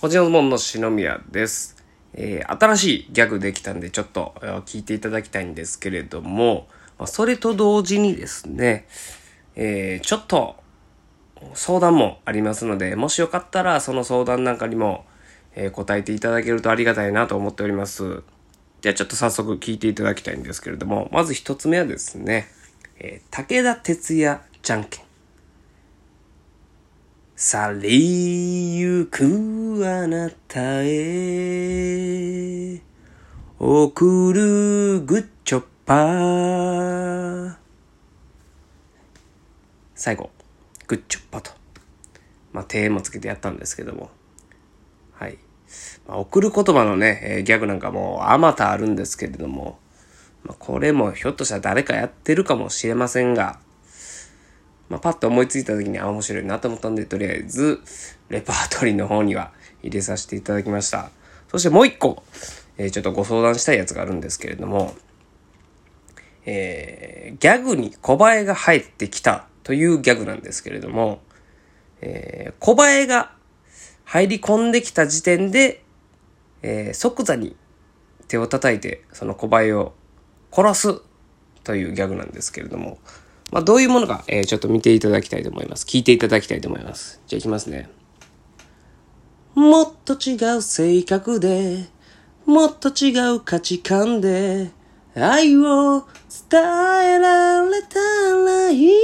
こちらのもんの篠宮です。新しいギャグできたんでちょっと聞いていただきたいんですけれども、それと同時にですね、ちょっと相談もありますので、もしよかったらその相談なんかにも、答えていただけるとありがたいなと思っております。じゃあちょっと早速聞いていただきたいんですけれども、まず一つ目はですね、武田鉄矢じゃんけん。去りゆくあなたへ送るグッチョッパー。最後グッチョッパと手もつけてやったんですけども、はい、送る言葉のね、ギャグなんかもうあまたあるんですけれども、これもひょっとしたら誰かやってるかもしれませんが、パッと思いついた時に面白いなと思ったんで、とりあえずレパートリーの方には入れさせていただきました。そしてもう一個、ちょっとご相談したいやつがあるんですけれども、ギャグに小バエが入ってきたというギャグなんですけれども、小バエが入り込んできた時点で、即座に手を叩いてその小バエを殺すというギャグなんですけれども、どういうものか、ちょっと見ていただきたいと思います。聞いていただきたいと思います。じゃあいきますね。もっと違う性格で、もっと違う価値観で、愛を伝えられたらいいな。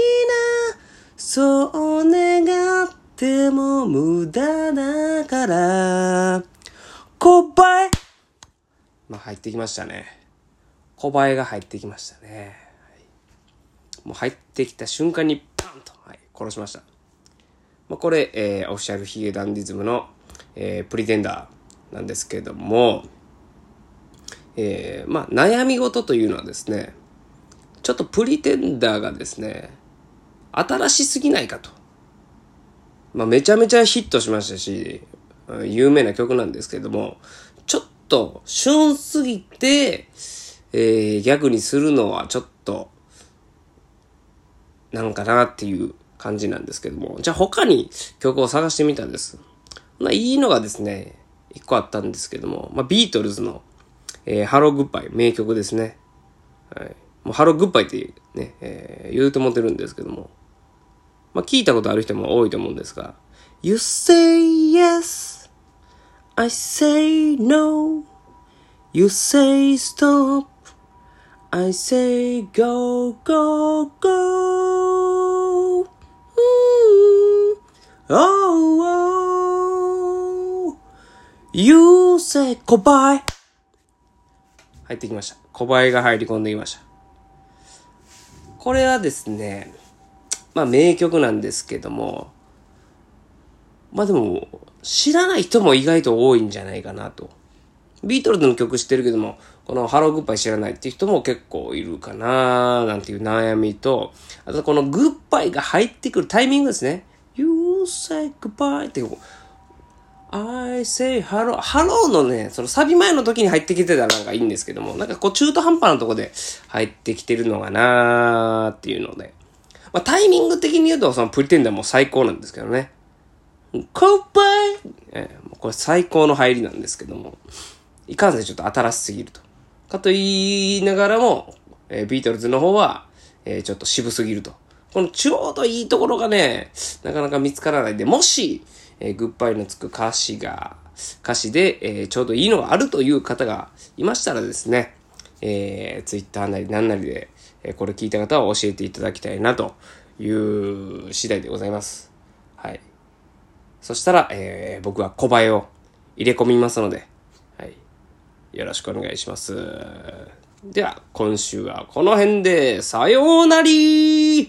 そう願っても無駄だから。小バエ。入ってきましたね。小バエが入ってきましたね。もう入ってきた瞬間にパンと、殺しました。これ、オフィシャルヒゲダンディズムの、プリテンダーなんですけども、悩み事というのはですね、ちょっとプリテンダーがですね、新しすぎないかと。めちゃめちゃヒットしましたし、有名な曲なんですけども、ちょっと旬すぎて、ギャグにするのはちょっとなんかなっていう感じなんですけども、じゃあ他に曲を探してみたんです。いいのがですね、一個あったんですけども、ビートルズの、ハローグッバイ、名曲ですね。もうハローグッバイってね、言うと思ってるんですけども、聞いたことある人も多いと思うんですが、You say yes, I say no, You say stop, I say go, go, go. Oh, oh. You say 小バエ。入ってきました。小バエが入り込んできました。これはですね、名曲なんですけども、でも知らない人も意外と多いんじゃないかなと。ビートルズの曲知ってるけども、このハローグッバイ知らないっていう人も結構いるかななんていう悩みと、あとこのグッバイが入ってくるタイミングですね。You say goodbye ってI say hello。ハローのね、そのサビ前の時に入ってきてたらなんかいいんですけども、なんか中途半端なとこで入ってきてるのかなっていうので、タイミング的に言うとそのプリテンダーも最高なんですけどね。Goodbye！これ最高の入りなんですけども、いかんせんちょっと新しすぎると。かと言いながらも、ビートルズの方は、ちょっと渋すぎると。このちょうどいいところがね、なかなか見つからないんで、もし、グッバイのつく歌詞で、ちょうどいいのがあるという方がいましたらですね、ツイッターなり何なりで、これ聞いた方は教えていただきたいなという次第でございます。はい。そしたら、僕は小バエを入れ込みますので、よろしくお願いします。では、今週はこの辺で、さようなり。